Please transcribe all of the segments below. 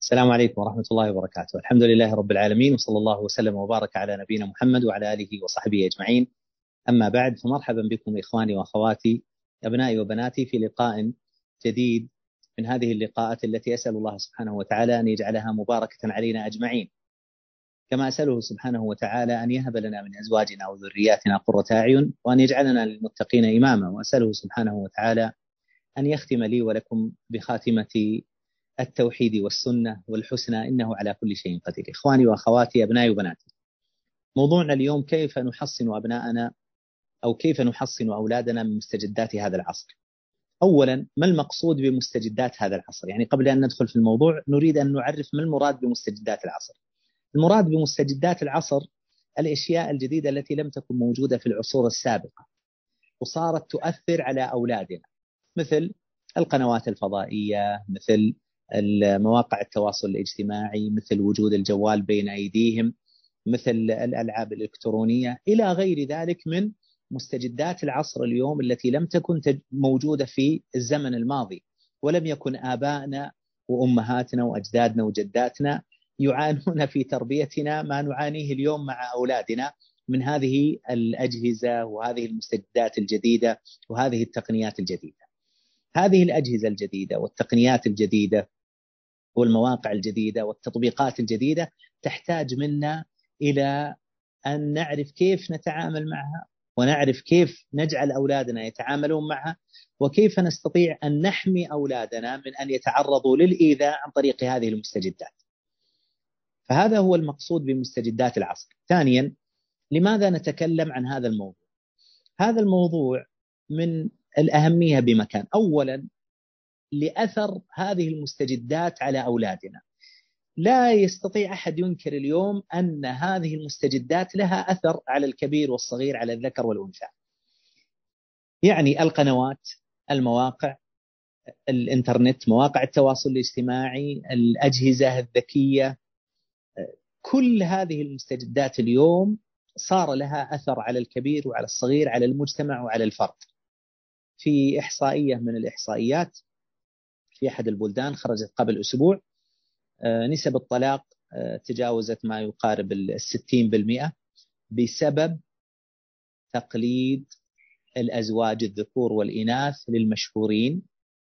السلام عليكم ورحمة الله وبركاته. الحمد لله رب العالمين، وصلى الله وسلم وبارك على نبينا محمد وعلى آله وصحبه أجمعين. أما بعد، فمرحبا بكم إخواني وأخواتي، أبنائي وبناتي، في لقاء جديد من هذه اللقاءات التي أسأل الله سبحانه وتعالى أن يجعلها مباركة علينا أجمعين، كما أسأله سبحانه وتعالى أن يهب لنا من أزواجنا وذرياتنا قرة أعين، وأن يجعلنا للمتقين إماما. وأسأله سبحانه وتعالى أن يختم لي ولكم بخاتمة التوحيد والسنة والحسنى، إنه على كل شيء قدير. إخواني وأخواتي، أبنائي وبناتي، موضوعنا اليوم كيف نحصن أبناءنا أو كيف نحصن أولادنا من مستجدات هذا العصر. أولا، ما المقصود بمستجدات هذا العصر؟ يعني قبل أن ندخل في الموضوع نريد أن نعرف ما المراد بمستجدات العصر. المراد بمستجدات العصر الأشياء الجديدة التي لم تكن موجودة في العصور السابقة وصارت تؤثر على أولادنا، مثل القنوات الفضائية، مثل مواقع التواصل الاجتماعي، مثل وجود الجوال بين أيديهم، مثل الألعاب الإلكترونية، إلى غير ذلك من مستجدات العصر اليوم التي لم تكن موجودة في الزمن الماضي، ولم يكن آبائنا وأمهاتنا وأجدادنا وجداتنا يعانون في تربيتنا ما نعانيه اليوم مع أولادنا من هذه الأجهزة وهذه المستجدات الجديدة وهذه التقنيات الجديدة. هذه الأجهزة الجديدة والتقنيات الجديدة والمواقع الجديدة والتطبيقات الجديدة تحتاج منا إلى أن نعرف كيف نتعامل معها، ونعرف كيف نجعل أولادنا يتعاملون معها، وكيف نستطيع أن نحمي أولادنا من أن يتعرضوا للإيذاء عن طريق هذه المستجدات. فهذا هو المقصود بمستجدات العصر. ثانيا، لماذا نتكلم عن هذا الموضوع؟ هذا الموضوع من الأهمية بمكان. أولا، لأثر هذه المستجدات على أولادنا. لا يستطيع أحد ينكر اليوم أن هذه المستجدات لها أثر على الكبير والصغير، على الذكر والأنثى. يعني القنوات، المواقع، الإنترنت، مواقع التواصل الاجتماعي، الأجهزة الذكية، كل هذه المستجدات اليوم صار لها أثر على الكبير وعلى الصغير، على المجتمع وعلى الفرد. في إحصائية من الإحصائيات في أحد البلدان خرجت قبل أسبوع، نسب الطلاق تجاوزت ما يقارب 60% بسبب تقليد الأزواج الذكور والإناث للمشهورين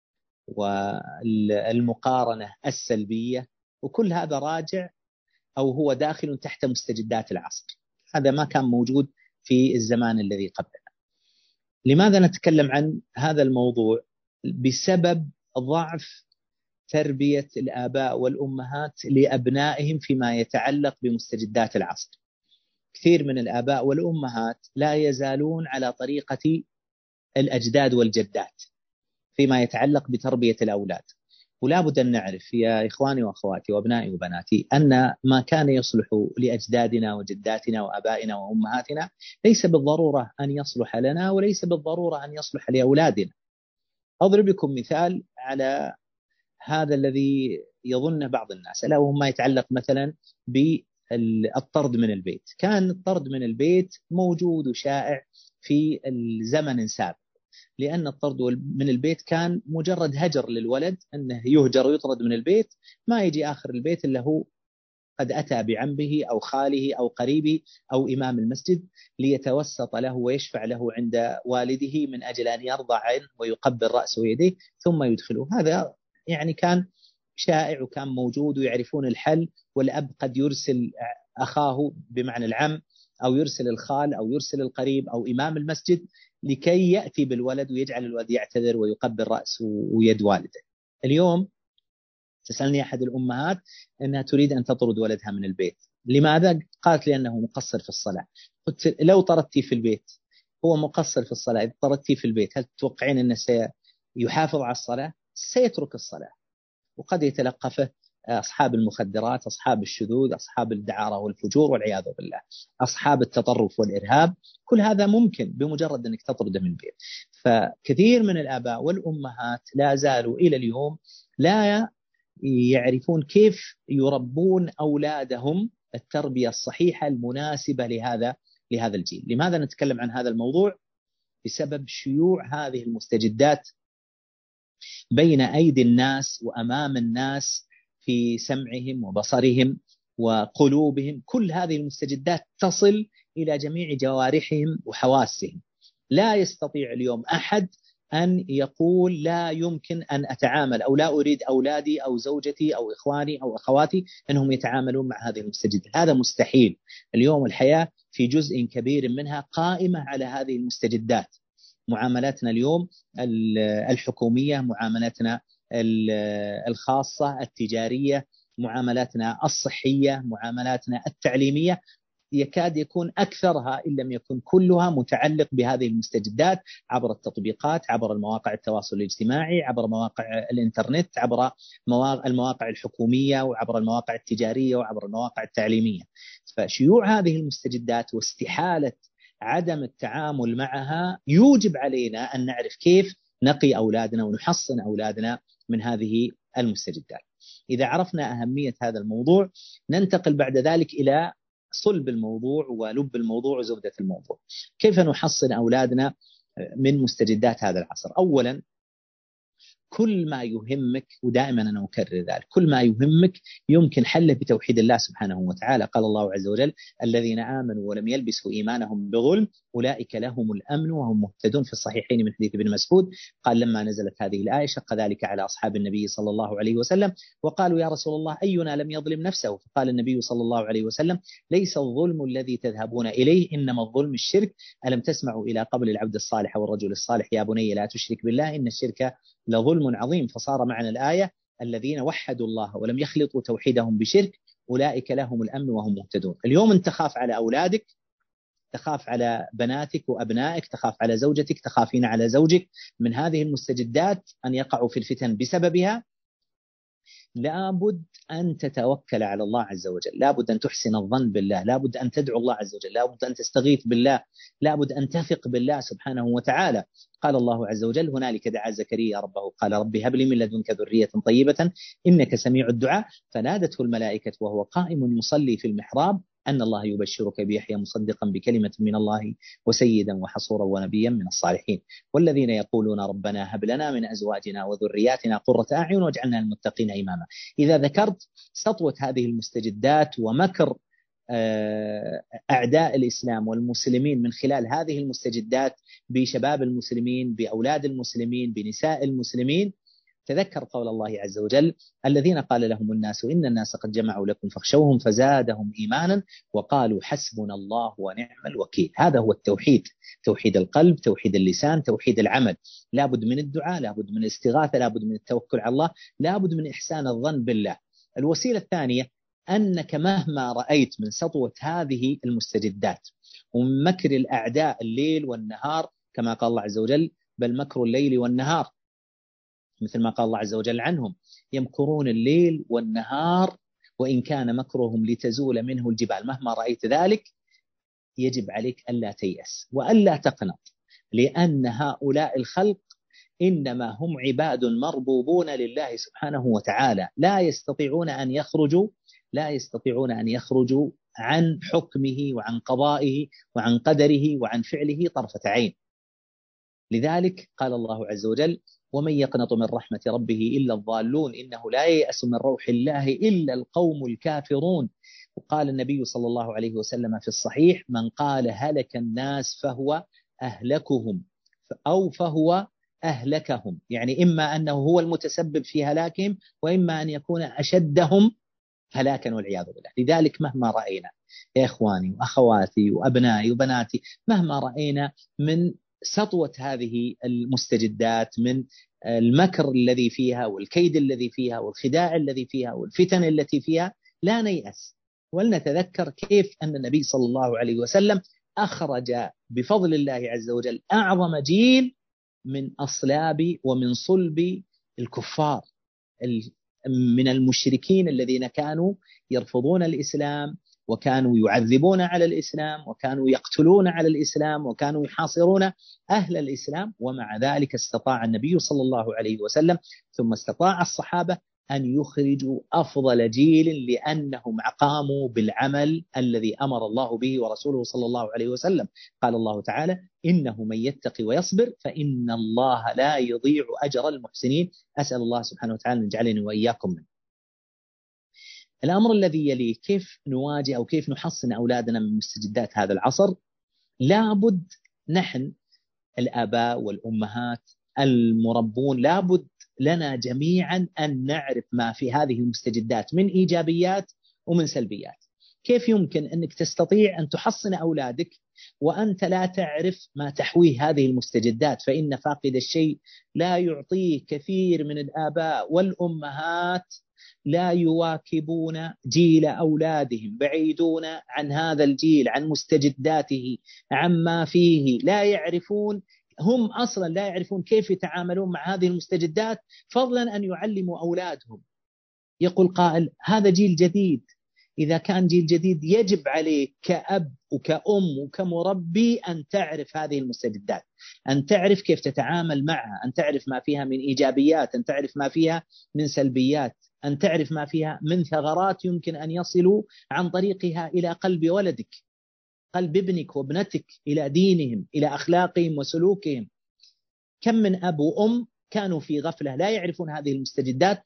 والمقارنة السلبية. وكل هذا راجع أو هو داخل تحت مستجدات العصر. هذا ما كان موجود في الزمان الذي قبلنا. لماذا نتكلم عن هذا الموضوع؟ بسبب ضعف تربية الآباء والأمهات لأبنائهم فيما يتعلق بمستجدات العصر. كثير من الآباء والأمهات لا يزالون على طريقة الأجداد والجدات فيما يتعلق بتربية الأولاد. ولا بد أن نعرف يا إخواني وأخواتي وأبنائي وبناتي أن ما كان يصلح لأجدادنا وجداتنا وأبائنا وأمهاتنا ليس بالضرورة أن يصلح لنا، وليس بالضرورة أن يصلح لأولادنا. أضرب لكم مثال على هذا الذي يظنه بعض الناس، ألا وهو ما يتعلق مثلا بالطرد من البيت. كان الطرد من البيت موجود وشائع في الزمن سابق، لأن الطرد من البيت كان مجرد هجر للولد، أنه يهجر ويطرد من البيت، ما يجي آخر البيت إلا هو قد أتى بعمه أو خاله أو قريبه أو إمام المسجد ليتوسط له ويشفع له عند والده من أجل أن يرضى عنه ويقبل رأسه ويديه ثم يدخله. هذا يعني كان شائع وكان موجود ويعرفون الحل. والأب قد يرسل أخاه بمعنى العم، أو يرسل الخال، أو يرسل القريب، أو إمام المسجد لكي يأتي بالولد ويجعل الولد يعتذر ويقبل رأس ويد والده. اليوم تسألني أحد الأمهات أنها تريد أن تطرد ولدها من البيت. لماذا؟ قالت لأنه مقصر في الصلاة. قلت لو طردتي في البيت، هو مقصر في الصلاة، إذا طردتي في البيت هل تتوقعين أنه سيحافظ على الصلاة؟ سيترك الصلاة. وقد يتلقفه أصحاب المخدرات، أصحاب الشذوذ، أصحاب الدعارة والفجور والعياذ بالله، أصحاب التطرف والإرهاب. كل هذا ممكن بمجرد أنك تطرده من البيت. فكثير من الآباء والأمهات لا زالوا إلى اليوم لا يعرفون كيف يربون أولادهم التربية الصحيحة المناسبة لهذا الجيل. لماذا نتكلم عن هذا الموضوع؟ بسبب شيوع هذه المستجدات بين أيدي الناس وأمام الناس في سمعهم وبصرهم وقلوبهم. كل هذه المستجدات تصل إلى جميع جوارحهم وحواسهم. لا يستطيع اليوم أحد أن يقول لا يمكن أن أتعامل أو لا أريد أولادي أو زوجتي أو إخواني أو أخواتي أنهم يتعاملون مع هذه المستجدات. هذا مستحيل. اليوم الحياة في جزء كبير منها قائمة على هذه المستجدات. معاملاتنا اليوم الحكومية، معاملاتنا الخاصة التجارية، معاملاتنا الصحية، معاملاتنا التعليمية، يكاد يكون أكثرها إن لم يكن كلها متعلق بهذه المستجدات عبر التطبيقات، عبر المواقع التواصل الاجتماعي، عبر مواقع الإنترنت، عبر المواقع الحكومية، وعبر المواقع التجارية، وعبر المواقع التعليمية. فشيوع هذه المستجدات واستحالة عدم التعامل معها يوجب علينا أن نعرف كيف نقي أولادنا ونحصن أولادنا من هذه المستجدات. إذا عرفنا أهمية هذا الموضوع ننتقل بعد ذلك إلى صلب الموضوع ولب الموضوع وزبدة الموضوع. كيف نحصن أولادنا من مستجدات هذا العصر؟ أولا، كل ما يهمك، ودائما أنا أكرر ذلك، كل ما يهمك يمكن حله بتوحيد الله سبحانه وتعالى. قال الله عز وجل: الذين آمنوا ولم يلبسوا إيمانهم بظلم أولئك لهم الأمن وهم مهتدون، في الصحيحين من حديث ابن مسعود. قال: لما نزلت هذه الآية شق ذلك على أصحاب النبي صلى الله عليه وسلم، وقالوا: يا رسول الله، أينا لم يظلم نفسه؟ فقال النبي صلى الله عليه وسلم: ليس الظلم الذي تذهبون إليه، إنما الظلم الشرك. ألم تسمعوا إلى قول العبد الصالح والرجل الصالح: يا بني لا تشرك بالله إن الشرك لظلم عظيم. فصار معنى الآية: الذين وحدوا الله ولم يخلطوا توحيدهم بشرك أولئك لهم الأمن وهم مهتدون. اليوم أنت تخاف على أولادك، تخاف على بناتك وأبنائك، تخاف على زوجتك، تخافين على زوجك من هذه المستجدات أن يقعوا في الفتن بسببها. لابد أن تتوكل على الله عز وجل، لابد أن تحسن الظن بالله، لابد أن تدعو الله عز وجل، لابد أن تستغيث بالله، لابد أن تثق بالله سبحانه وتعالى. قال الله عز وجل: هنالك دعا زكريا ربه قال رب هب لي من لدنك ذرية طيبة إنك سميع الدعاء. فنادته الملائكة وهو قائم يصلي في المحراب أن الله يبشرك بيحيى مصدقا بكلمة من الله وسيدا وحصورا ونبيا من الصالحين والذين يقولون ربنا هب لنا من أزواجنا وذرياتنا قرة أعين واجعلنا للمتقين إماما. إذا ذكرت سطوة هذه المستجدات ومكر أعداء الإسلام والمسلمين من خلال هذه المستجدات بشباب المسلمين، بأولاد المسلمين، بنساء المسلمين، تذكر قول الله عز وجل: الذين قال لهم الناس إن الناس قد جمعوا لكم فاخشوهم فزادهم إيمانا وقالوا حسبنا الله ونعم الوكيل. هذا هو التوحيد، توحيد القلب، توحيد اللسان، توحيد العمل. لابد من الدعاء، لابد من الاستغاثة، لابد من التوكل على الله، لابد من إحسان الظن بالله. الوسيلة الثانية أنك مهما رأيت من سطوة هذه المستجدات ومن مكر الأعداء الليل والنهار، كما قال الله عز وجل: بل مكر الليل والنهار، مثل ما قال الله عز وجل عنهم: يمكرون الليل والنهار وإن كان مكرهم لتزول منه الجبال. مهما رأيت ذلك يجب عليك ألا تيأس وألا تقنط، لأن هؤلاء الخلق إنما هم عباد مربوبون لله سبحانه وتعالى، لا يستطيعون أن يخرجوا عن حكمه وعن قضائه وعن قدره وعن فعله طرفة عين. لذلك قال الله عز وجل: ومن يقنط من رحمة ربه إلا الضالون إنه لا ييأس من روح الله إلا القوم الكافرون. وقال النبي صلى الله عليه وسلم في الصحيح: من قال هلك الناس فهو أهلكهم أو فهو أهلكهم، يعني إما أنه هو المتسبب في هلاكهم وإما أن يكون أشدهم هلاكا والعياذ بالله. لذلك مهما رأينا يا إخواني وأخواتي وأبنائي وبناتي، مهما رأينا من سطوة هذه المستجدات، من المكر الذي فيها والكيد الذي فيها والخداع الذي فيها والفتن التي فيها، لا نيأس، ولنتذكر كيف أن النبي صلى الله عليه وسلم أخرج بفضل الله عز وجل أعظم جيل من أصلاب ومن صلب الكفار، من المشركين الذين كانوا يرفضون الإسلام وكانوا يعذبون على الإسلام وكانوا يقتلون على الإسلام وكانوا يحاصرون أهل الإسلام. ومع ذلك استطاع النبي صلى الله عليه وسلم ثم استطاع الصحابة أن يخرجوا أفضل جيل، لأنهم قاموا بالعمل الذي أمر الله به ورسوله صلى الله عليه وسلم. قال الله تعالى: إنه من يتقي ويصبر فإن الله لا يضيع أجر المحسنين. أسأل الله سبحانه وتعالى أن يجعلني وإياكم منه. الأمر الذي يليه كيف نواجه أو كيف نحصن أولادنا من مستجدات هذا العصر. لابد نحن الآباء والأمهات المربون لابد لنا جميعا أن نعرف ما في هذه المستجدات من إيجابيات ومن سلبيات. كيف يمكن أنك تستطيع أن تحصن أولادك وأنت لا تعرف ما تحويه هذه المستجدات؟ فإن فاقد الشيء لا يعطيه. كثير من الآباء والأمهات لا يواكبون جيل أولادهم، بعيدون عن هذا الجيل، عن مستجداته، عما فيه، لا يعرفون، هم أصلا لا يعرفون كيف يتعاملون مع هذه المستجدات، فضلا أن يعلموا أولادهم. يقول قائل هذا جيل جديد. إذا كان جيل جديد يجب عليك كأب وكأم وكمربي أن تعرف هذه المستجدات، أن تعرف كيف تتعامل معها، أن تعرف ما فيها من إيجابيات، أن تعرف ما فيها من سلبيات، أن تعرف ما فيها من ثغرات يمكن أن يصلوا عن طريقها إلى قلب ولدك، قلب ابنك وابنتك، إلى دينهم، إلى أخلاقهم وسلوكهم. كم من أب وأم كانوا في غفلة لا يعرفون هذه المستجدات،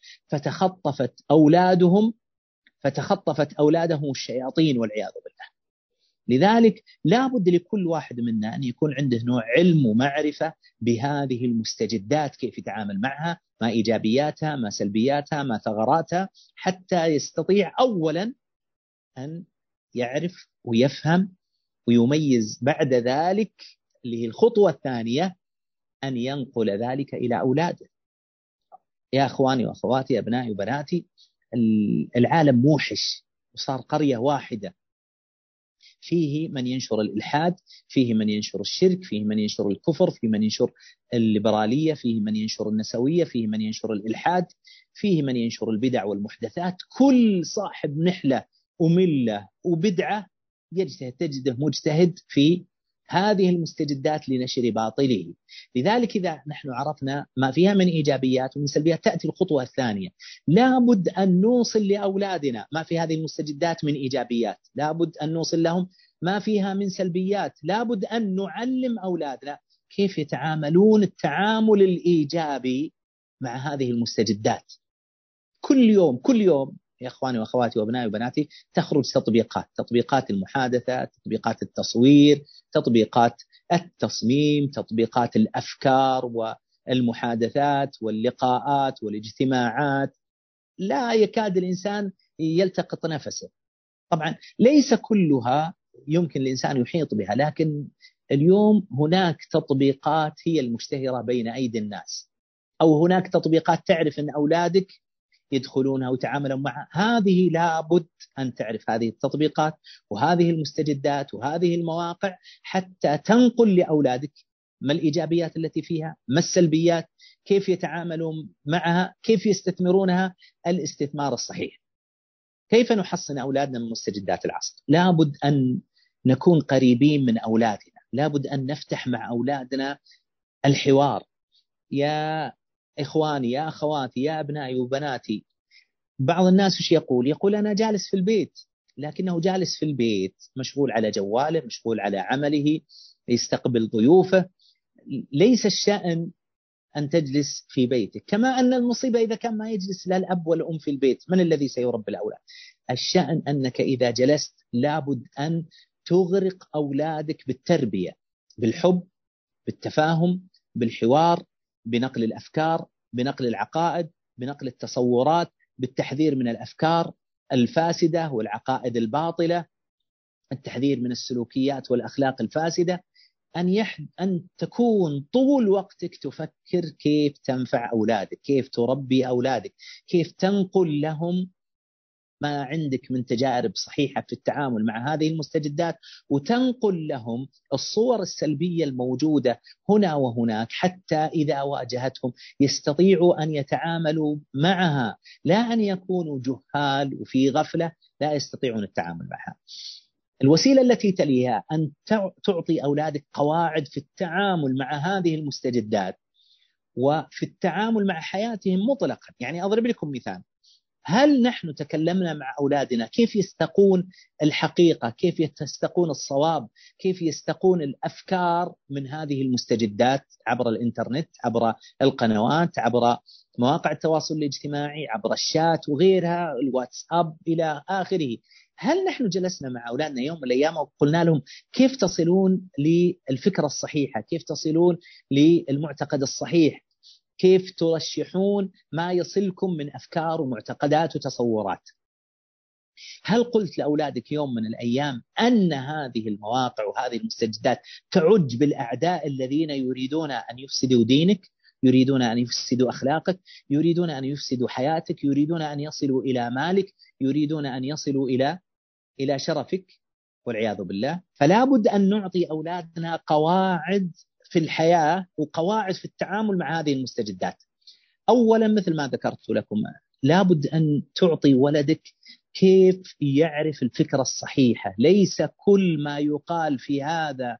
فتخطفت أولادهم الشياطين والعياذ بالله. لذلك لا بد لكل واحد منا أن يكون عنده نوع علم ومعرفة بهذه المستجدات، كيف يتعامل معها، ما إيجابياتها، ما سلبياتها، ما ثغراتها، حتى يستطيع أولا أن يعرف ويفهم ويميز بعد ذلك، اللي هي الخطوة الثانية، أن ينقل ذلك إلى أولاده. يا أخواني وأخواتي، أبنائي وبناتي، العالم موحش وصار قرية واحدة، فيه من ينشر الإلحاد، فيه من ينشر الشرك، فيه من ينشر الكفر، فيه من ينشر الليبرالية، فيه من ينشر النسوية، فيه من ينشر الإلحاد، فيه من ينشر البدع والمحدثات. كل صاحب نحلة وملة وبدعة تجده مجتهد في هذه المستجدات لنشر باطله. لذلك إذا نحن عرفنا ما فيها من إيجابيات ومن سلبيات، تأتي الخطوة الثانية. لابد أن نوصل لأولادنا ما في هذه المستجدات من إيجابيات، لابد أن نوصل لهم ما فيها من سلبيات، لابد أن نعلم أولادنا كيف يتعاملون التعامل الإيجابي مع هذه المستجدات. كل يوم يا أخواني وأخواتي وأبنائي وبناتي تخرج تطبيقات المحادثة، تطبيقات التصوير، تطبيقات التصميم، تطبيقات الأفكار والمحادثات واللقاءات والاجتماعات. لا يكاد الإنسان يلتقط نفسه. طبعا ليس كلها يمكن الإنسان يحيط بها، لكن اليوم هناك تطبيقات هي المشتهرة بين أيدي الناس، أو هناك تطبيقات تعرف أن أولادك يدخلونها ويتعاملون معها. هذه لابد أن تعرف هذه التطبيقات وهذه المستجدات وهذه المواقع، حتى تنقل لأولادك ما الإيجابيات التي فيها، ما السلبيات، كيف يتعاملون معها، كيف يستثمرونها الاستثمار الصحيح. كيف نحصن أولادنا من مستجدات العصر؟ لابد أن نكون قريبين من أولادنا، لابد أن نفتح مع أولادنا الحوار. يا إخواني، يا أخواتي، يا أبنائي وبناتي، بعض الناس وش يقول أنا جالس في البيت، لكنه جالس في البيت مشغول على جواله، مشغول على عمله، يستقبل ضيوفه. ليس الشأن أن تجلس في بيتك، كما أن المصيبة إذا كان ما يجلس لا الأب ولا الأم في البيت، من الذي سيربي الأولاد؟ الشأن أنك إذا جلست لابد أن تغرق أولادك بالتربية، بالحب، بالتفاهم، بالحوار، بنقل الأفكار، بنقل العقائد، بنقل التصورات، بالتحذير من الأفكار الفاسدة والعقائد الباطلة، التحذير من السلوكيات والأخلاق الفاسدة. أن تكون طول وقتك تفكر كيف تنفع أولادك، كيف تربي أولادك، كيف تنقل لهم ما عندك من تجارب صحيحة في التعامل مع هذه المستجدات، وتنقل لهم الصور السلبية الموجودة هنا وهناك، حتى إذا واجهتهم يستطيعوا أن يتعاملوا معها، لا أن يكونوا جهال وفي غفلة لا يستطيعون التعامل معها. الوسيلة التي تليها أن تعطي أولادك قواعد في التعامل مع هذه المستجدات وفي التعامل مع حياتهم مطلقا. يعني أضرب لكم مثال. هل نحن تكلمنا مع أولادنا كيف يستقون الحقيقة، كيف يستقون الصواب، كيف يستقون الأفكار من هذه المستجدات عبر الإنترنت، عبر القنوات، عبر مواقع التواصل الاجتماعي، عبر الشات وغيرها، الواتساب إلى آخره؟ هل نحن جلسنا مع أولادنا يوم من الأيام وقلنا لهم كيف تصلون للفكرة الصحيحة، كيف تصلون للمعتقد الصحيح، كيف ترشحون ما يصلكم من أفكار ومعتقدات وتصورات؟ هل قلت لأولادك يوم من الأيام أن هذه المواقع وهذه المستجدات تعج بالأعداء الذين يريدون أن يفسدوا دينك، يريدون أن يفسدوا أخلاقك، يريدون أن يفسدوا حياتك، يريدون أن يصلوا إلى مالك، يريدون أن يصلوا إلى شرفك والعياذ بالله؟ فلا بد أن نعطي أولادنا قواعد في الحياة وقواعد في التعامل مع هذه المستجدات. أولا مثل ما ذكرت لكم، لا بد أن تعطي ولدك كيف يعرف الفكرة الصحيحة. ليس كل ما يقال في هذا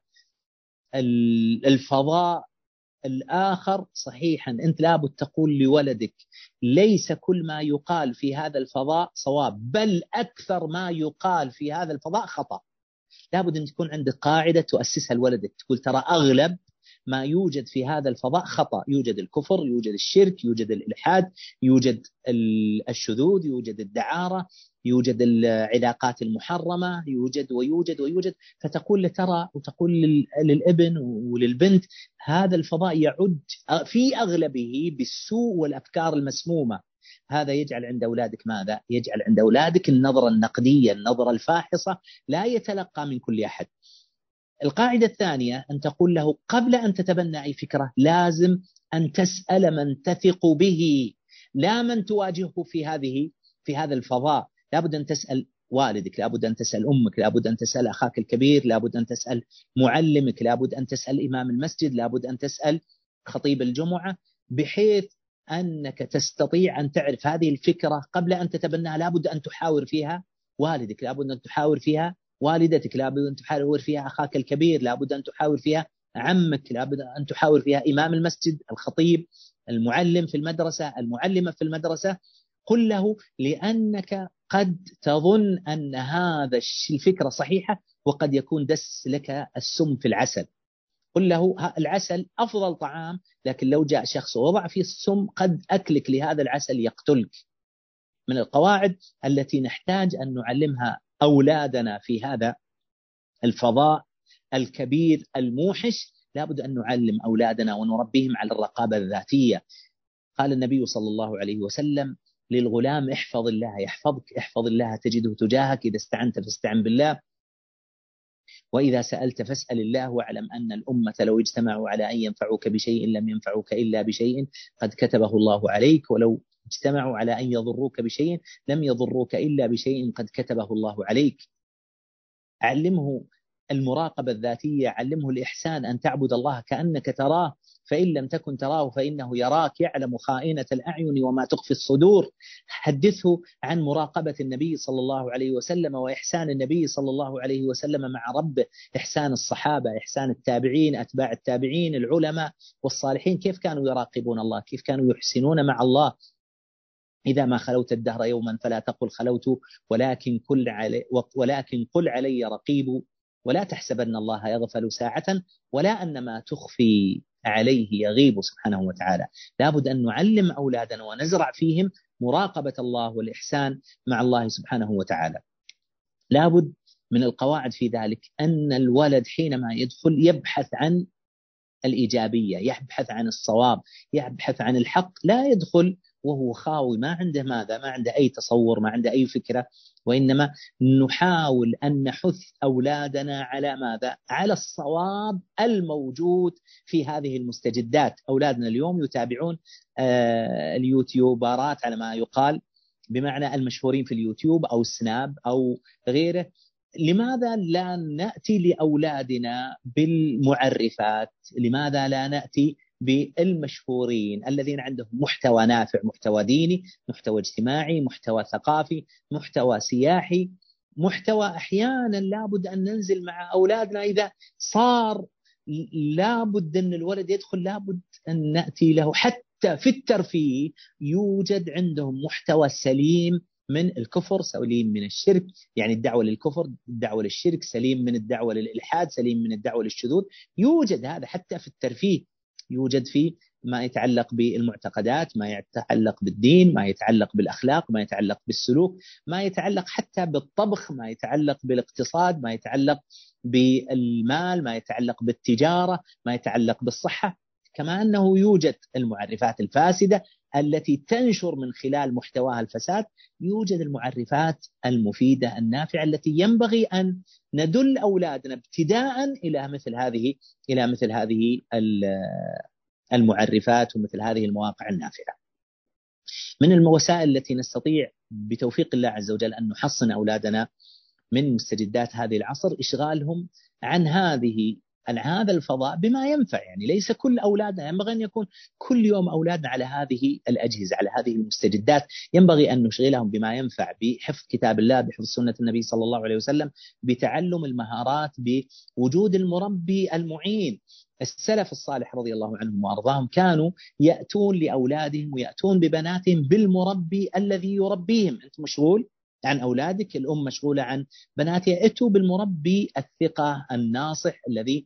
الفضاء الآخر صحيحا. أنت لابد تقول لولدك ليس كل ما يقال في هذا الفضاء صواب، بل أكثر ما يقال في هذا الفضاء خطأ. لابد أن تكون عندك قاعدة تؤسسها لولدك، تقول ترى أغلب ما يوجد في هذا الفضاء خطأ، يوجد الكفر، يوجد الشرك، يوجد الإلحاد، يوجد الشذوذ، يوجد الدعارة، يوجد العلاقات المحرمة، يوجد ويوجد ويوجد. فتقول ترى، وتقول للابن وللبنت هذا الفضاء يعد في أغلبه بالسوء والأفكار المسمومة. هذا يجعل عند أولادك ماذا؟ يجعل عند أولادك النظرة النقدية، النظرة الفاحصة، لا يتلقى من كل أحد. القاعدة الثانية أن تقول له قبل أن تتبنى أي فكرة لازم أن تسأل من تثق به، لا من تواجهه في هذا الفضاء. لابد أن تسأل والدك، لابد أن تسأل أمك، لابد أن تسأل أخاك الكبير، لابد أن تسأل معلمك، لابد أن تسأل إمام المسجد، لابد أن تسأل خطيب الجمعة، بحيث أنك تستطيع أن تعرف هذه الفكرة قبل أن تتبناها. لابد أن تحاور فيها والدك، لابد أن تحاور فيها والدتك، لابد أن تحاور فيها أخاك الكبير، لابد أن تحاور فيها عمك، لابد أن تحاور فيها إمام المسجد، الخطيب، المعلم في المدرسة، المعلمة في المدرسة. قل له لأنك قد تظن أن هذا الفكرة صحيحة، وقد يكون دس لك السم في العسل. قل له العسل أفضل طعام، لكن لو جاء شخص ووضع فيه السم قد أكلك لهذا العسل يقتلك. من القواعد التي نحتاج أن نعلمها أولادنا في هذا الفضاء الكبير الموحش، لابد أن نعلم أولادنا ونربيهم على الرقابة الذاتية. قال النبي صلى الله عليه وسلم للغلام احفظ الله يحفظك، احفظ الله تجده تجاهك، إذا استعنت فاستعن بالله، وإذا سألت فاسأل الله، واعلم أن الأمة لو اجتمعوا على أن ينفعوك بشيء لم ينفعوك إلا بشيء قد كتبه الله عليك، ولو اجتمعوا على أن يضروك بشيء لم يضروك إلا بشيء قد كتبه الله عليك. علمه المراقبة الذاتية، علمه الإحسان، أن تعبد الله كأنك تراه، فإن لم تكن تراه فإنه يراك، يعلم خائنة الأعين وما تخفي الصدور. حدثه عن مراقبة النبي صلى الله عليه وسلم وإحسان النبي صلى الله عليه وسلم مع ربه، إحسان الصحابة، إحسان التابعين، أتباع التابعين، العلماء والصالحين، كيف كانوا يراقبون الله، كيف كانوا يحسنون مع الله. إذا ما خلوت الدهر يوما فلا تقل خلوت، ولكن قل علي رقيب، ولا تحسبن الله يغفل ساعة، ولا أن ما تخفي عليه يغيب سبحانه وتعالى. لابد أن نعلم أولادنا ونزرع فيهم مراقبة الله والإحسان مع الله سبحانه وتعالى. لابد من القواعد في ذلك أن الولد حينما يدخل يبحث عن الإيجابية، يبحث عن الصواب، يبحث عن الحق، لا يدخل وهو خاوي، ما عنده ماذا، ما عنده أي تصور، ما عنده أي فكرة. وإنما نحاول أن نحث أولادنا على ماذا؟ على الصواب الموجود في هذه المستجدات. أولادنا اليوم يتابعون اليوتيوبرات على ما يقال، بمعنى المشهورين في اليوتيوب أو السناب أو غيره. لماذا لا نأتي لأولادنا بالمعرفات؟ لماذا لا نأتي بالمشهورين الذين عندهم محتوى نافع، محتوى ديني، محتوى اجتماعي، محتوى ثقافي، محتوى سياحي، محتوى أحيانا لابد أن ننزل مع أولادنا. إذا صار لابد أن الولد يدخل، لابد أن نأتي له حتى حتى في الترفيه يوجد عندهم محتوى سليم من الكفر، سليم من الشرك، يعني الدعوة للكفر، الدعوة للشرك، سليم من الدعوة للإلحاد، سليم من الدعوة للشذوذ. يوجد هذا حتى في الترفيه، يوجد فيه ما يتعلق بالمعتقدات، ما يتعلق بالدين، ما يتعلق بالأخلاق، ما يتعلق بالسلوك، ما يتعلق حتى بالطبخ، ما يتعلق بالاقتصاد، ما يتعلق بالمال، ما يتعلق بالتجارة، ما يتعلق بالصحة. كما أنه يوجد المعرفات الفاسدة التي تنشر من خلال محتواها الفساد، يوجد المعرفات المفيدة النافعة التي ينبغي أن ندل أولادنا ابتداء إلى مثل هذه المعرفات ومثل هذه المواقع النافعة. من الوسائل التي نستطيع بتوفيق الله عز وجل أن نحصن أولادنا من مستجدات هذه العصر إشغالهم عن هذا الفضاء بما ينفع. يعني ليس كل أولادنا، ينبغي أن يكون كل يوم أولادنا على هذه الأجهزة، على هذه المستجدات. ينبغي أن نشغلهم بما ينفع، بحفظ كتاب الله، بحفظ سنة النبي صلى الله عليه وسلم، بتعلم المهارات، بوجود المربي المعين. السلف الصالح رضي الله عنهم وأرضاهم كانوا يأتون لأولادهم ويأتون ببناتهم بالمربي الذي يربيهم. أنت مشغول عن أولادك، الأم مشغولة عن بناتها، اتوا بالمربي الثقة الناصح الذي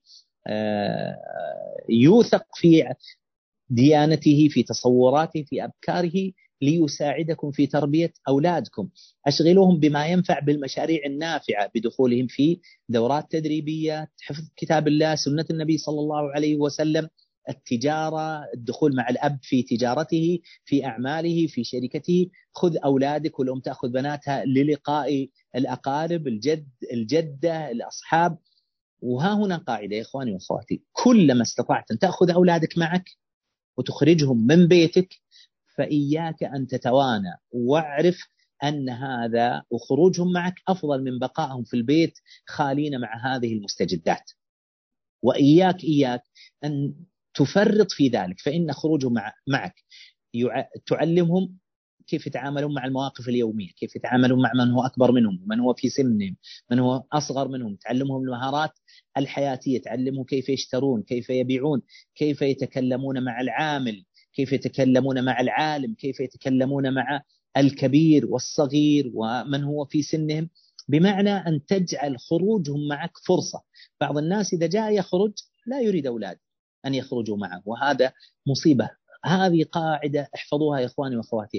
يوثق في ديانته، في تصوراته، في أفكاره، ليساعدكم في تربية أولادكم. أشغلوهم بما ينفع، بالمشاريع النافعة، بدخولهم في دورات تدريبية، حفظ كتاب الله، سنة النبي صلى الله عليه وسلم، التجارة، الدخول مع الأب في تجارته، في أعماله، في شركته. خذ أولادك والأم تأخذ بناتها للقاء الأقارب، الجد، الجدة، الأصحاب. وها هنا قاعدة يا إخواني وأخواتي: كلما استطعت أن تأخذ أولادك معك وتخرجهم من بيتك فإياك أن تتوانى، واعرف أن هذا وخروجهم معك أفضل من بقائهم في البيت خالين مع هذه المستجدات. وإياك أن تفرط في ذلك، فإن خروجهم معك تعلمهم كيف يتعاملون مع المواقف اليومية، كيف يتعاملون مع من هو أكبر منهم، من هو في سنهم، من هو أصغر منهم. تعلمهم المهارات الحياتية، تعلمهم كيف يشترون، كيف يبيعون، كيف يتكلمون مع العامل، كيف يتكلمون مع العالم، كيف يتكلمون مع الكبير والصغير ومن هو في سنهم. بمعنى أن تجعل خروجهم معك فرصة. بعض الناس إذا جاء يخرج لا يريد أولاد أن يخرجوا معه، وهذا مصيبة. هذه قاعدة احفظوها يا إخواني وأخواتي: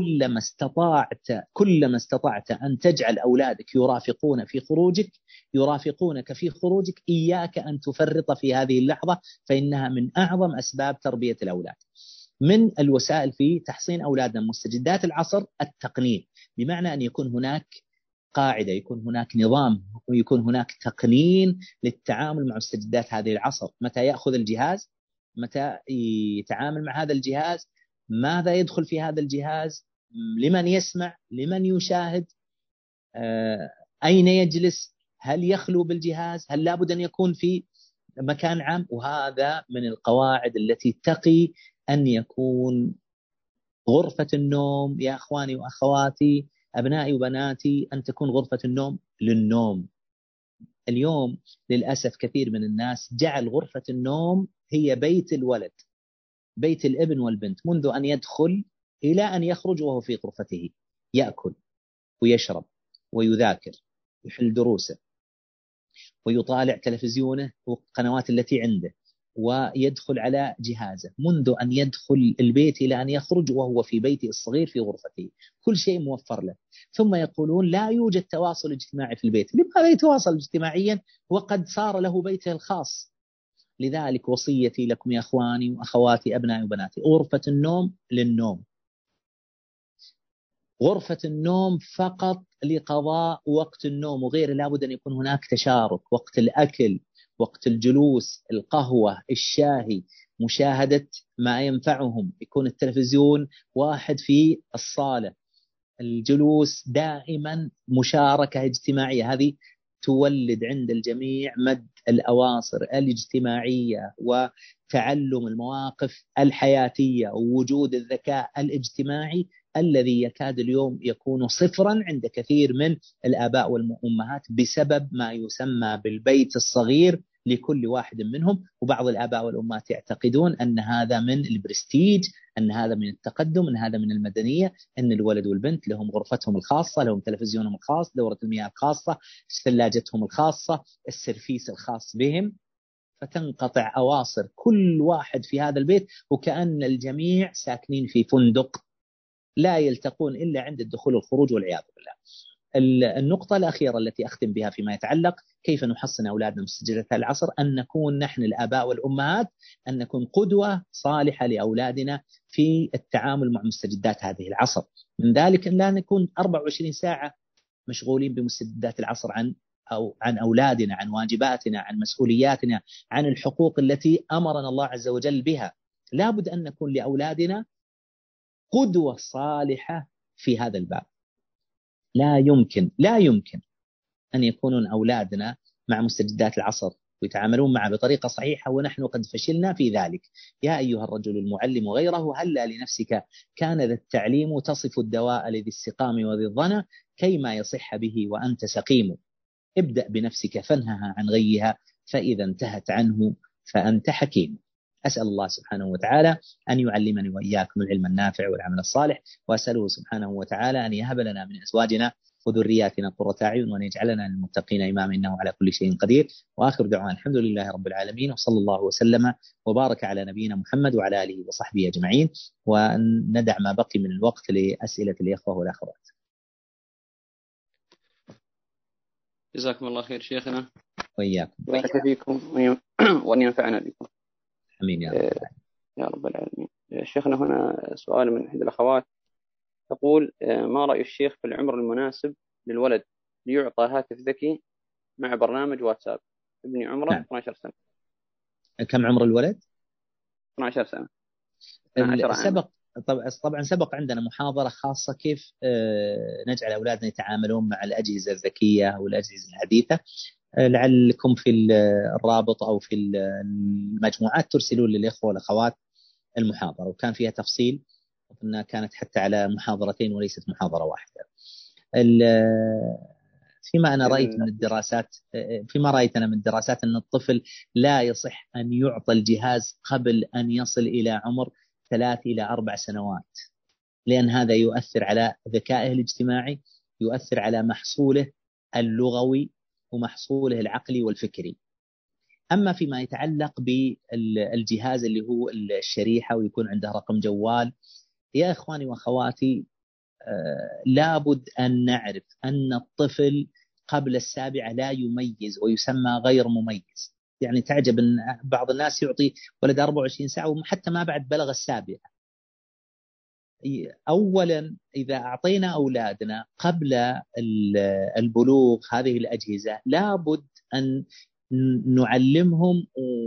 كلما استطعت أن تجعل أولادك يرافقون في خروجك، يرافقونك في خروجك، إياك أن تفرط في هذه اللحظة، فإنها من أعظم أسباب تربية الأولاد. من الوسائل في تحصين أولادنا مستجدات العصر التقنين، بمعنى أن يكون هناك قاعدة، يكون هناك نظام، ويكون هناك تقنين للتعامل مع مستجدات هذه العصر. متى يأخذ الجهاز، متى يتعامل مع هذا الجهاز، ماذا يدخل في هذا الجهاز، لمن يسمع، لمن يشاهد، أين يجلس، هل يخلو بالجهاز، هل لابد أن يكون في مكان عام. وهذا من القواعد التي تقي أن يكون غرفة النوم يا أخواني وأخواتي، أبنائي وبناتي، أن تكون غرفة النوم للنوم. اليوم للأسف كثير من الناس جعل غرفة النوم هي بيت الولد، بيت الابن والبنت، منذ أن يدخل إلى أن يخرج وهو في غرفته، يأكل ويشرب ويذاكر، يحل دروسه ويطالع تلفزيونه والقنوات التي عنده، ويدخل على جهازه، منذ أن يدخل البيت إلى أن يخرج وهو في بيته الصغير في غرفته، كل شيء موفر له. ثم يقولون لا يوجد تواصل اجتماعي في البيت. لماذا يتواصل اجتماعيا وقد صار له بيته الخاص؟ لذلك وصيتي لكم يا أخواني وأخواتي، أبنائي وبناتي: غرفة النوم للنوم، غرفة النوم فقط لقضاء وقت النوم وغيره. لابد أن يكون هناك تشارك، وقت الأكل، وقت الجلوس، القهوة، الشاهي، مشاهدة ما ينفعهم، يكون التلفزيون واحد في الصالة، الجلوس دائما مشاركة اجتماعية. هذه تولد عند الجميع مد الأواصر الاجتماعية وتعلم المواقف الحياتية ووجود الذكاء الاجتماعي الذي يكاد اليوم يكون صفرا عند كثير من الآباء والأمهات بسبب ما يسمى بالبيت الصغير لكل واحد منهم. وبعض الآباء والأمهات يعتقدون أن هذا من البرستيج، أن هذا من التقدم، أن هذا من المدنية، أن الولد والبنت لهم غرفتهم الخاصة، لهم تلفزيونهم الخاص، دورة المياه الخاصة، ثلاجتهم الخاصة، السرفيس الخاص بهم، فتنقطع أواصر كل واحد في هذا البيت، وكأن الجميع ساكنين في فندق لا يلتقون إلا عند الدخول والخروج والعياذ بالله. النقطة الأخيرة التي أختم بها فيما يتعلق كيف نحصن أولادنا مستجدات العصر، أن نكون نحن الآباء والأمهات أن نكون قدوة صالحة لأولادنا في التعامل مع مستجدات هذه العصر. من ذلك أن لا نكون 24 ساعة مشغولين بمستجدات العصر عن أولادنا، عن واجباتنا، عن مسؤولياتنا، عن الحقوق التي أمرنا الله عز وجل بها. لا بد أن نكون لأولادنا قدوة صالحة في هذا الباب. لا يمكن أن يكونون أولادنا مع مستجدات العصر ويتعاملون معه بطريقة صحيحة ونحن قد فشلنا في ذلك. يا أيها الرجل المعلم غيره هلا لنفسك كان ذا التعليم تصف الدواء لذي السقام وذي الظنى كيما يصح به وأنت سقيم. ابدأ بنفسك فانهها عن غيها فإذا انتهت عنه فأنت حكيم. أسأل الله سبحانه وتعالى أن يعلمني وإياكم العلم النافع والعمل الصالح، وأسأله سبحانه وتعالى أن يهب لنا من أزواجنا وذرياتنا قرة أعين وأن يجعلنا للمتقين إماما إنه على كل شيء قدير. وآخر دعوانا الحمد لله رب العالمين، وصلى الله وسلم وبارك على نبينا محمد وعلى آله وصحبه أجمعين. وندع ما بقي من الوقت لأسئلة الإخوة والأخوات. جزاكم الله خير شيخنا وإياكم. وبارك فيكم وأن ينفعنا بكم. آمين يا رب العالمين. يا رب العالمين. شيخنا هنا سؤال من إحدى الأخوات تقول: ما رأي الشيخ في العمر المناسب للولد ليعطى هاتف ذكي مع برنامج واتساب؟ ابني عمره 12 سنة. كم عمر الولد؟ 12 سنة. 12 عام. طبعا سبق عندنا محاضرة خاصة كيف نجعل أولادنا يتعاملون مع الأجهزة الذكية والأجهزة الحديثة. لعلكم في الرابط أو في المجموعات ترسلون للإخوة والأخوات المحاضرة، وكان فيها تفصيل، وأنها كانت حتى على محاضرتين وليست محاضرة واحدة. فيما رأيت أنا من الدراسات أن الطفل لا يصح أن يعطى الجهاز قبل أن يصل إلى عمر 3 إلى 4 سنوات، لأن هذا يؤثر على ذكائه الاجتماعي، يؤثر على محصوله اللغوي ومحصوله العقلي والفكري. أما فيما يتعلق بالجهاز اللي هو الشريحة ويكون عنده رقم جوال، يا إخواني وأخواتي لابد أن نعرف أن الطفل قبل 7 لا يميز ويسمى غير مميز. يعني تعجب أن بعض الناس يعطي ولد 24 ساعة وحتى ما بعد بلغ 7. أولا إذا أعطينا أولادنا قبل البلوغ هذه الأجهزة لابد أن نعلمهم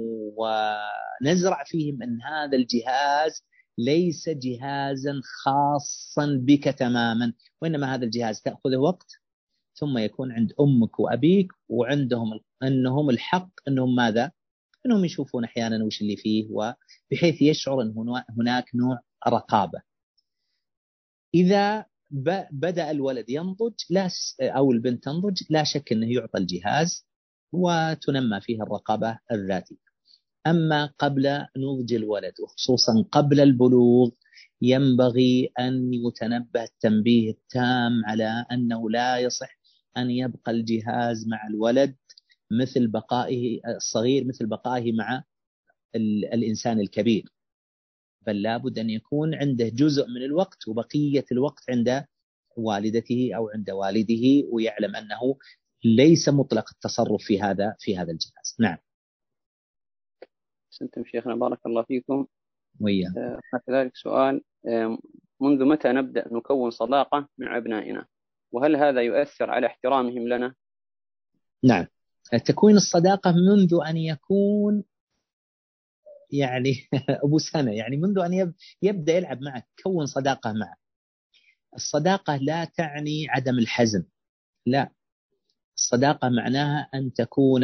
ونزرع فيهم أن هذا الجهاز ليس جهازا خاصا بك تماما، وإنما هذا الجهاز تأخذه وقت ثم يكون عند أمك وأبيك، وعندهم أنهم الحق أنهم ماذا؟ أنهم يشوفون أحيانا وش اللي فيه، وبحيث يشعر أن هناك نوع رقابة. إذا بدأ الولد ينضج أو البنت تنضج لا شك أنه يعطى الجهاز وتنمى فيه الرقابة الذاتية. أما قبل نضج الولد وخصوصا قبل البلوغ ينبغي أن يتنبه التنبيه التام على أنه لا يصح أن يبقى الجهاز مع الولد مثل بقائه الصغير مثل بقائه مع الإنسان الكبير، بل لابد أن يكون عنده جزء من الوقت وبقية الوقت عند والدته أو عند والده، ويعلم أنه ليس مطلق التصرف في هذا الجهاز. نعم. سنتم شيخنا بارك الله فيكم. وياك. كذلك سؤال: منذ متى نبدأ نكون صداقة مع أبنائنا، وهل هذا يؤثر على احترامهم لنا؟ نعم، تكوين الصداقة منذ أن يكون يعني أبو سنة، يعني منذ أن يبدأ يلعب معك كون صداقة معه. الصداقة لا تعني عدم الحزم، لا، الصداقة معناها أن تكون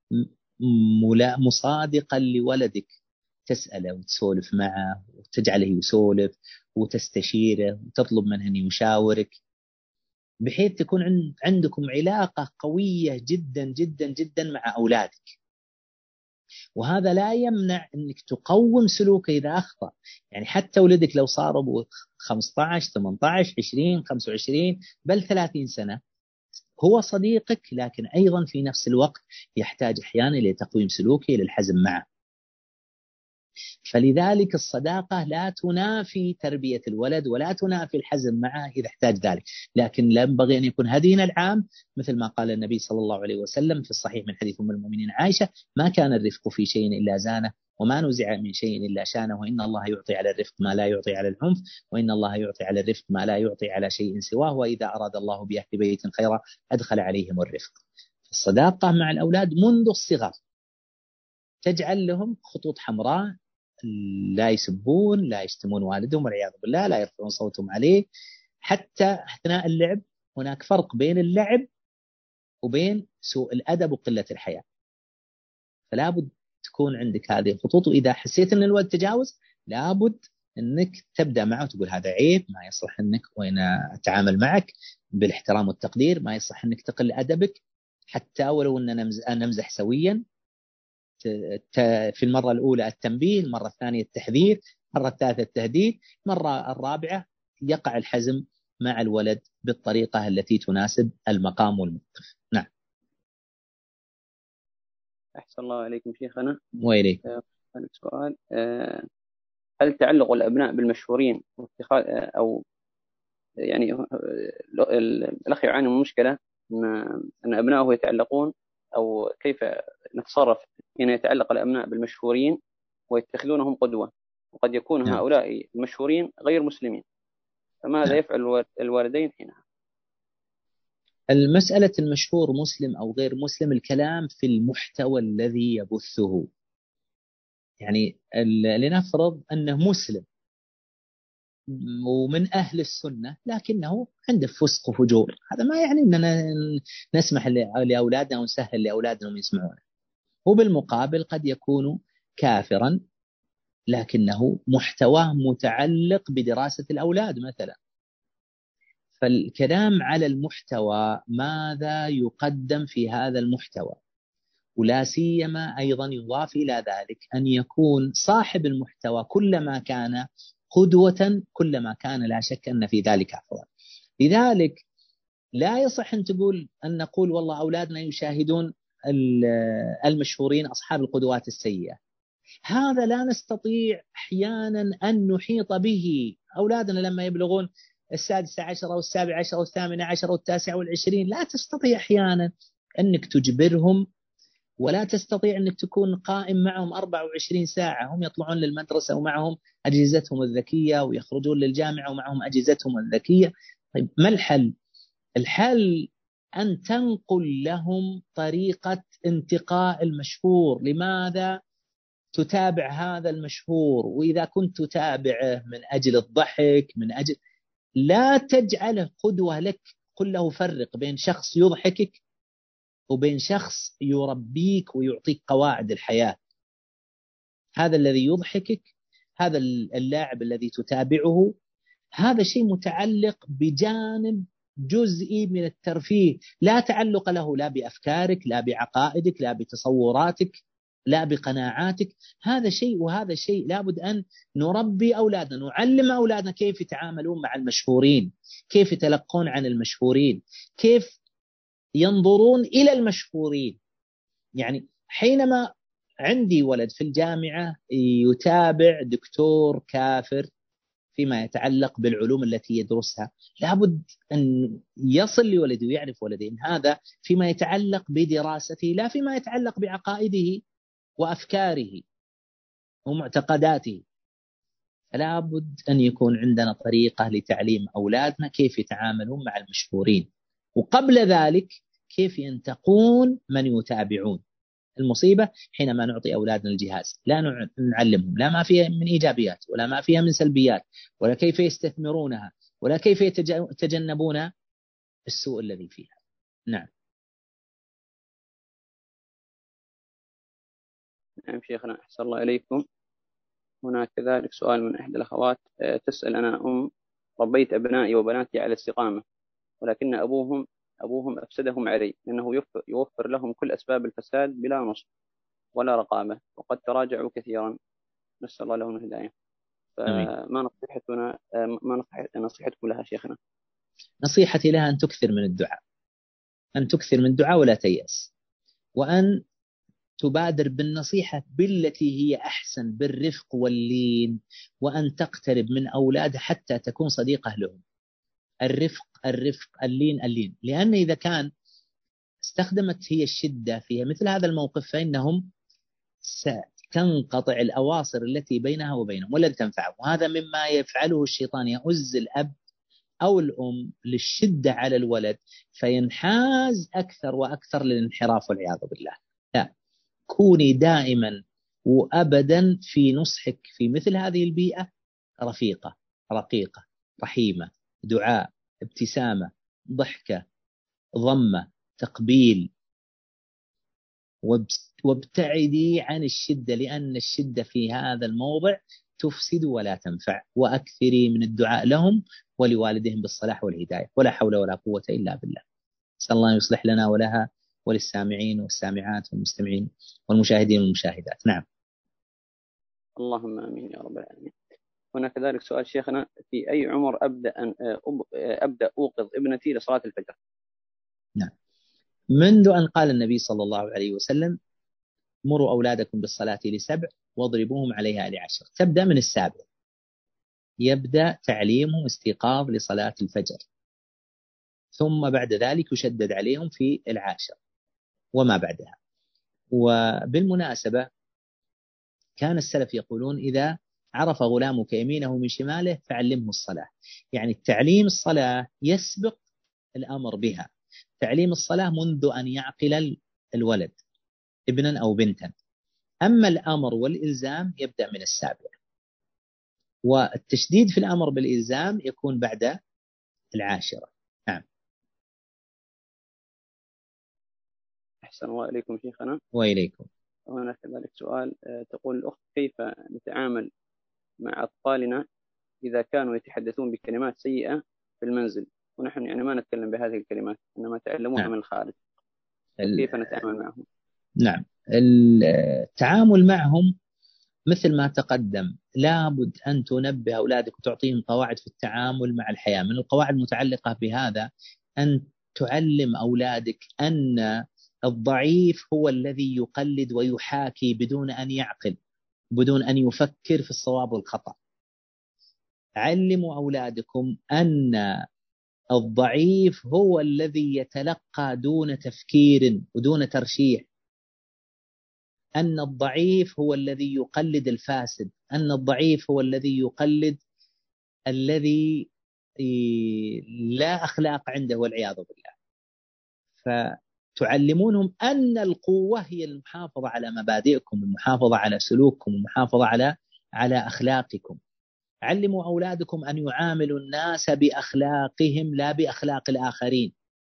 مصادقا لولدك، تسأله وتسولف معه وتجعله يسولف وتستشيره وتطلب منه أن يشاورك، بحيث تكون عندكم علاقة قوية جدا جدا جدا مع أولادك. وهذا لا يمنع أنك تقوم سلوكه إذا أخطأ. يعني حتى ولدك لو صار أبو 15 18 20 25 بل 30 سنة هو صديقك، لكن أيضا في نفس الوقت يحتاج أحيانا لتقويم سلوكي للحزم معه. فلذلك الصداقة لا تنافي تربية الولد ولا تنافي الحزم معه إذا احتاج ذلك، لكن لا ينبغي أن يكون هدينا العام مثل ما قال النبي صلى الله عليه وسلم في الصحيح من حديث أم المؤمنين عائشة: ما كان الرفق في شيء إلا زانه، وما نزع من شيء إلا شانه، وإن الله يعطي على الرفق ما لا يعطي على العنف، وإن الله يعطي على الرفق ما لا يعطي على شيء سواه، وإذا أراد الله بأهل بيت خيرا أدخل عليهم الرفق. الصداقة مع الأولاد منذ الصغر تجعل لهم خطوط حمراء، لا يسبون، لا يشتمون والدهم والعياذ بالله، لا يرفعون صوتهم عليه. حتى أثناء اللعب هناك فرق بين اللعب وبين سوء الأدب وقلة الحياء، فلا بد تكون عندك هذه الخطوط. وإذا حسيت أن الولد تجاوز لابد أنك تبدأ معه وتقول هذا عيب، ما يصلح أنك وأنا أتعامل معك بالاحترام والتقدير، ما يصلح أنك تقل أدبك، حتى ولو أننا نمزح سويا. في المرة الأولى التنبيه، المرة الثانية التحذير، المرة الثالثة التهديد، المرة الرابعة يقع الحزم مع الولد بالطريقة التي تناسب المقام والموقف. نعم. أحسن الله عليكم شيخنا. وإليك. سؤال: هل تعلق الأبناء بالمشهورين واتخاذ أو يعني الأخ يعاني من مشكلة أن أبنائه يتعلقون، أو كيف نتصرف حين يتعلق الأبناء بالمشهورين ويتخذونهم قدوة، وقد يكون نعم. هؤلاء المشهورين غير مسلمين، فماذا نعم. يفعل الوالدين حينها؟ المسألة المشهور مسلم أو غير مسلم، الكلام في المحتوى الذي يبثه. يعني لنفرض أنه مسلم ومن أهل السنة لكنه عنده فسق وفجور، هذا ما يعني أننا نسمح لأولادنا ونسهل لأولادنا أن يسمعونه. وبالمقابل قد يكون كافرا لكنه محتواه متعلق بدراسة الأولاد مثلا. فالكلام على المحتوى، ماذا يقدم في هذا المحتوى، ولا سيما أيضا يضاف إلى ذلك أن يكون صاحب المحتوى كلما كان قدوة كلما كان لا شك أن في ذلك أفضل. لذلك لا يصح أن نقول والله أولادنا يشاهدون المشهورين أصحاب القدوات السيئة. هذا لا نستطيع أحيانا أن نحيط به. أولادنا لما يبلغون 16 و17 و18 و29 لا تستطيع أحيانا أنك تجبرهم، ولا تستطيع أنك تكون قائم معهم 24 ساعة. هم يطلعون للمدرسة ومعهم أجهزتهم الذكية، ويخرجون للجامعة ومعهم أجهزتهم الذكية. طيب ما الحل؟ الحل أن تنقل لهم طريقة انتقاء المشهور. لماذا تتابع هذا المشهور؟ وإذا كنت تتابعه من أجل الضحك، من أجل، لا تجعله قدوة لك. قل له فرق بين شخص يضحكك وبين شخص يربيك ويعطيك قواعد الحياة. هذا الذي يضحكك، هذا اللاعب الذي تتابعه، هذا شيء متعلق بجانب جزئي من الترفيه، لا تعلق له لا بأفكارك، لا بعقائدك، لا بتصوراتك، لا بقناعاتك. هذا شيء وهذا شيء. لابد أن نربي أولادنا، نعلم أولادنا كيف يتعاملون مع المشهورين، كيف يتلقون عن المشهورين، كيف ينظرون إلى المشهورين. يعني حينما عندي ولد في الجامعة يتابع دكتور كافر فيما يتعلق بالعلوم التي يدرسها، لابد أن يصل لولده ويعرف ولده إن هذا فيما يتعلق بدراسته، لا فيما يتعلق بعقائده وأفكاره ومعتقداته. فلا بد أن يكون عندنا طريقة لتعليم أولادنا كيف يتعاملون مع المشهورين، وقبل ذلك كيف ينتقون من يتابعون. المصيبة حينما نعطي أولادنا الجهاز لا نعلمهم لا ما فيها من إيجابيات ولا ما فيها من سلبيات، ولا كيف يستثمرونها، ولا كيف يتجنبون السوء الذي فيها. نعم. نعم شيخنا، أحسن الله إليكم. هناك كذلك سؤال من إحدى الأخوات تسأل: أنا ربيت أبنائي وبناتي على الاستقامة، ولكن أبوهم أفسدهم علي، لأنه يوفر لهم كل أسباب الفساد بلا نصب، ولا رقابة، وقد تراجعوا كثيرا، نسأل الله لهم الهداية. أمين. فما نصيحتنا ما نصيحتكم لها شيخنا؟ نصيحتي لها أن تكثر من الدعاء، أن تكثر من الدعاء ولا تيأس، وأن تبادر بالنصيحة بالتي هي أحسن، بالرفق واللين، وأن تقترب من أولادها حتى تكون صديقة لهم. الرفق الرفق، اللين اللين، لأن إذا كان استخدمت هي الشدة في مثل هذا الموقف فإنهم ستنقطع الأواصر التي بينها وبينهم ولن تنفعهم. وهذا مما يفعله الشيطان، يؤز الأب أو الأم للشدة على الولد فينحاز أكثر وأكثر للانحراف والعياذ بالله. لا، كوني دائما وأبدا في نصحك في مثل هذه البيئة رفيقة رقيقة رحيمة، دعاء، ابتسامة، ضحكة، ضمة، تقبيل، وابتعدي عن الشدة، لأن الشدة في هذا الموضع تفسد ولا تنفع. وأكثري من الدعاء لهم ولوالدهم بالصلاح والهداية، ولا حول ولا قوة إلا بالله. نسأل الله يصلح لنا ولها وللسامعين والسامعات والمستمعين والمشاهدين والمشاهدات. نعم. اللهم آمين يا رب العالمين. هنا كذلك سؤال شيخنا: في أي عمر أبدأ أوقظ ابنتي لصلاة الفجر؟ نعم، منذ أن قال النبي صلى الله عليه وسلم: مروا أولادكم بالصلاة ل7 واضربوهم عليها ل10. تبدأ من السابع، يبدأ تعليمهم استيقاظ لصلاة الفجر، ثم بعد ذلك يشدد عليهم في 10 وما بعدها. وبالمناسبة كان السلف يقولون: إذا عرف غلامك يمينه من شماله فعلمه الصلاة. يعني التعليم الصلاة يسبق الأمر بها، تعليم الصلاة منذ أن يعقل الولد ابنا أو بنتا. أما الأمر والإلزام يبدأ من السابع، والتشديد في الأمر بالإلزام يكون بعد 10. نعم. أحسن الله إليكم شيخنا. وإليكم. وهنا كذلك سؤال، تقول الأخت: كيف نتعامل مع أطفالنا إذا كانوا يتحدثون بكلمات سيئة في المنزل، ونحن يعني ما نتكلم بهذه الكلمات إنما تعلموها نعم. من الخارج، فكيف نتعامل معهم؟ نعم، التعامل معهم مثل ما تقدم، لابد أن تنبه أولادك وتعطيهم قواعد في التعامل مع الحياة. من القواعد المتعلقة بهذا أن تعلم أولادك أن الضعيف هو الذي يقلد ويحاكي بدون أن يعقل، بدون أن يفكر في الصواب والخطأ. علموا أولادكم أن الضعيف هو الذي يتلقى دون تفكير ودون ترشيح، أن الضعيف هو الذي يقلد الفاسد، أن الضعيف هو الذي يقلد الذي لا أخلاق عنده والعياذ بالله. فتعلمونهم أن القوة هي المحافظة على مبادئكم، المحافظة على سلوككم، المحافظة على أخلاقكم. علموا أولادكم أن يعاملوا الناس بأخلاقهم لا بأخلاق الآخرين.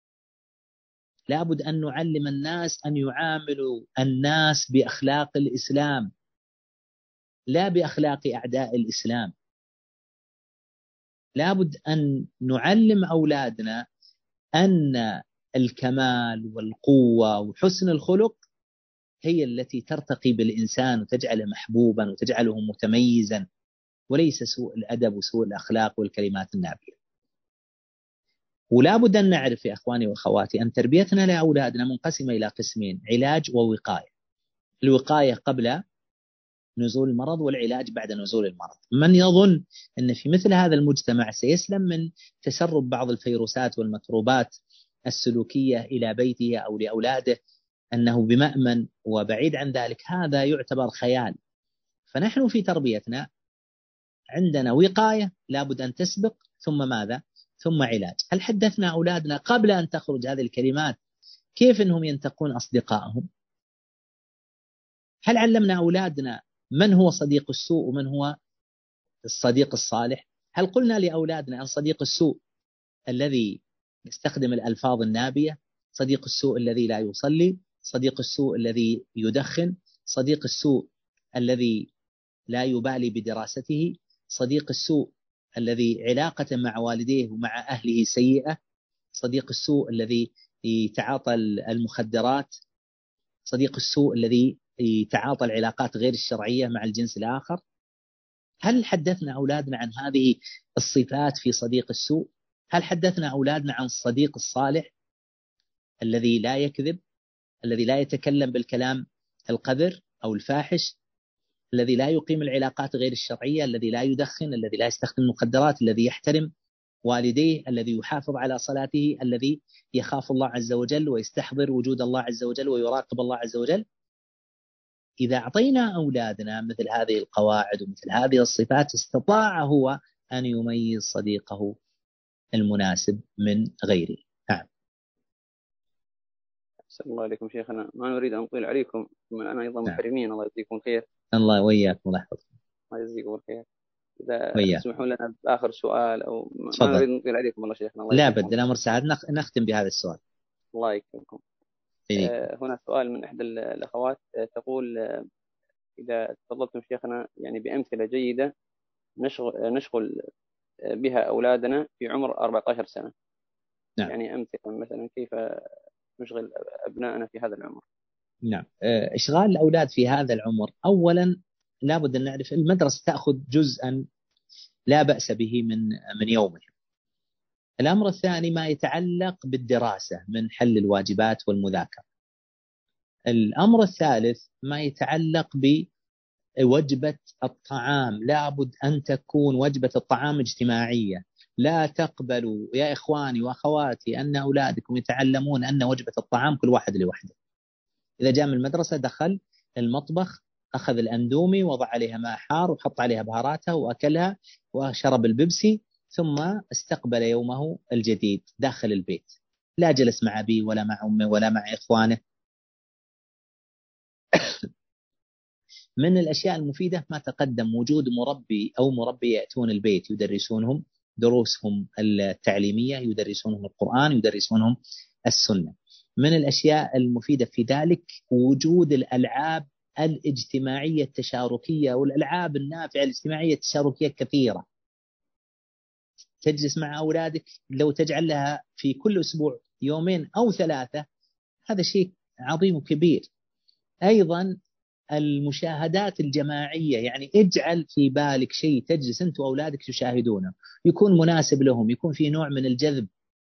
لابد أن نعلم الناس أن يعاملوا الناس بأخلاق الإسلام لا بأخلاق أعداء الإسلام. لابد أن نعلم أولادنا أن الكمال والقوة وحسن الخلق هي التي ترتقي بالإنسان وتجعله محبوبا وتجعله متميزا، وليس سوء الأدب وسوء الأخلاق والكلمات النابية. ولا بد أن نعرف يا أخواني وأخواتي أن تربيتنا لأولادنا منقسمة إلى قسمين: علاج ووقاية. الوقاية قبل نزول المرض، والعلاج بعد نزول المرض. من يظن أن في مثل هذا المجتمع سيسلم من تسرب بعض الفيروسات والميكروبات السلوكية إلى بيته أو لأولاده أنه بمأمن وبعيد عن ذلك، هذا يعتبر خيال. فنحن في تربيتنا عندنا وقاية لابد أن تسبق، ثم ماذا؟ ثم علاج. هل حدثنا أولادنا قبل أن تخرج هذه الكلمات كيف أنهم ينتقون أصدقائهم؟ هل علمنا أولادنا من هو صديق السوء ومن هو الصديق الصالح؟ هل قلنا لأولادنا أن صديق السوء الذي يستخدم الألفاظ النابية، صديق السوء الذي لا يصلي، صديق السوء الذي يدخن، صديق السوء الذي لا يبالي بدراسته، صديق السوء الذي علاقة مع والديه ومع أهله سيئة، صديق السوء الذي يتعاطى المخدرات، صديق السوء الذي يتعاطى العلاقات غير الشرعية مع الجنس الآخر؟ هل حدثنا أولادنا عن هذه الصفات في صديق السوء؟ هل حدثنا أولادنا عن الصديق الصالح الذي لا يكذب، الذي لا يتكلم بالكلام القذر أو الفاحش، الذي لا يقيم العلاقات غير الشرعية، الذي لا يدخن، الذي لا يستخدم المخدرات، الذي يحترم والديه، الذي يحافظ على صلاته، الذي يخاف الله عز وجل ويستحضر وجود الله عز وجل ويراقب الله عز وجل؟ إذا أعطينا أولادنا مثل هذه القواعد ومثل هذه الصفات استطاع هو أن يميز صديقه المناسب من غيره. نعم. أحسن الله عليكم شيخنا، ما نريد أن نطيل عليكم، ثم أنا أيضا نعم. محرمين، الله يجزيكم خير. الله وإياكم، الله يحفظكم. الله يجزيكم الخير. إذا وإياك. تسمحون لنا بآخر سؤال، أو ما تفضل. نريد أن نطيل عليكم والله شيخنا، الله لا يجزيكم بد، الأمر سعد، نختم بهذا السؤال. الله يكرمكم. هنا سؤال من إحدى الأخوات، تقول إذا تفضلتم شيخنا يعني بأمثلة جيدة نشغل بها أولادنا في عمر 14 سنة. نعم. يعني أمثلة مثلا كيف نشغل أبنائنا في هذا العمر. نعم. إشغال الأولاد في هذا العمر، أولا لابد أن نعرف المدرسة تأخذ جزءا لا بأس به من يومه. الأمر الثاني ما يتعلق بالدراسة من حل الواجبات والمذاكرة. الأمر الثالث ما يتعلق بوجبة الطعام، لابد أن تكون وجبة الطعام اجتماعية. لا تقبلوا يا إخواني وأخواتي أن أولادكم يتعلمون أن وجبة الطعام كل واحد لوحده. إذا جاء من المدرسة دخل المطبخ، أخذ الأندومي وضع عليها ماء حار وحط عليها بهاراتها وأكلها وشرب البيبسي، ثم استقبل يومه الجديد داخل البيت، لا جلس مع أبيه ولا مع أمه ولا مع إخوانه. من الأشياء المفيدة ما تقدم، وجود مربي أو مربي يأتون البيت يدرسونهم دروسهم التعليمية، يدرسونهم القرآن، يدرسونهم السنة. من الأشياء المفيدة في ذلك وجود الألعاب الاجتماعية التشاركية، والألعاب النافعة الاجتماعية التشاركية كثيرة. تجلس مع أولادك لو تجعل لها في كل أسبوع يومين أو ثلاثة، هذا شيء عظيم وكبير. أيضا المشاهدات الجماعية، يعني اجعل في بالك شيء تجلس أنت وأولادك تشاهدونه يكون مناسب لهم، يكون فيه نوع من الجذب.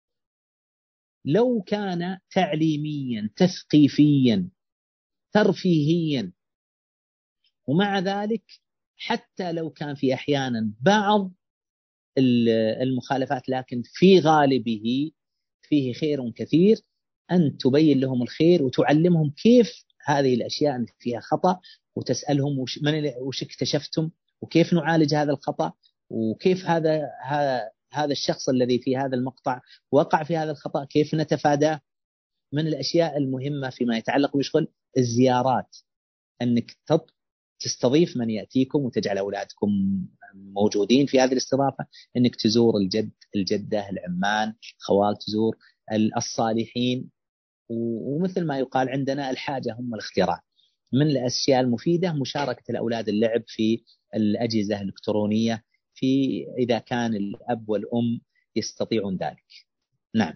لو كان تعليميا تثقيفيا ترفيهيا، ومع ذلك حتى لو كان في أحيانا بعض المخالفات، لكن في غالبه فيه خير كثير، أن تبين لهم الخير وتعلمهم كيف هذه الأشياء فيها خطأ، وتسألهم وش اكتشفتم، وكيف نعالج هذا الخطأ، وكيف هذا الشخص الذي في هذا المقطع وقع في هذا الخطأ كيف نتفاداه. من الأشياء المهمة فيما يتعلق بشغل الزيارات، أنك تستضيف من يأتيكم وتجعل أولادكم موجودين في هذه الاستضافة، أنك تزور الجد الجدة العمان خوال، تزور الصالحين. ومثل ما يقال عندنا الحاجة هم الاختراع. من الأشياء المفيدة مشاركة الأولاد اللعب في الأجهزة الإلكترونية إذا كان الأب والأم يستطيعون ذلك. نعم.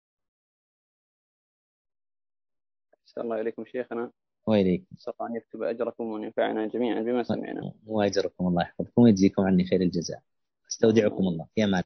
أحسن الله إليكم شيخنا، وإليك. أسأل الله أن يكتب أجركم وأن ينفعنا جميعا بما سمعنا. وأجركم الله يحفظكم ويجزيكم عني خير الجزاء. استودعكم الله. يا مال.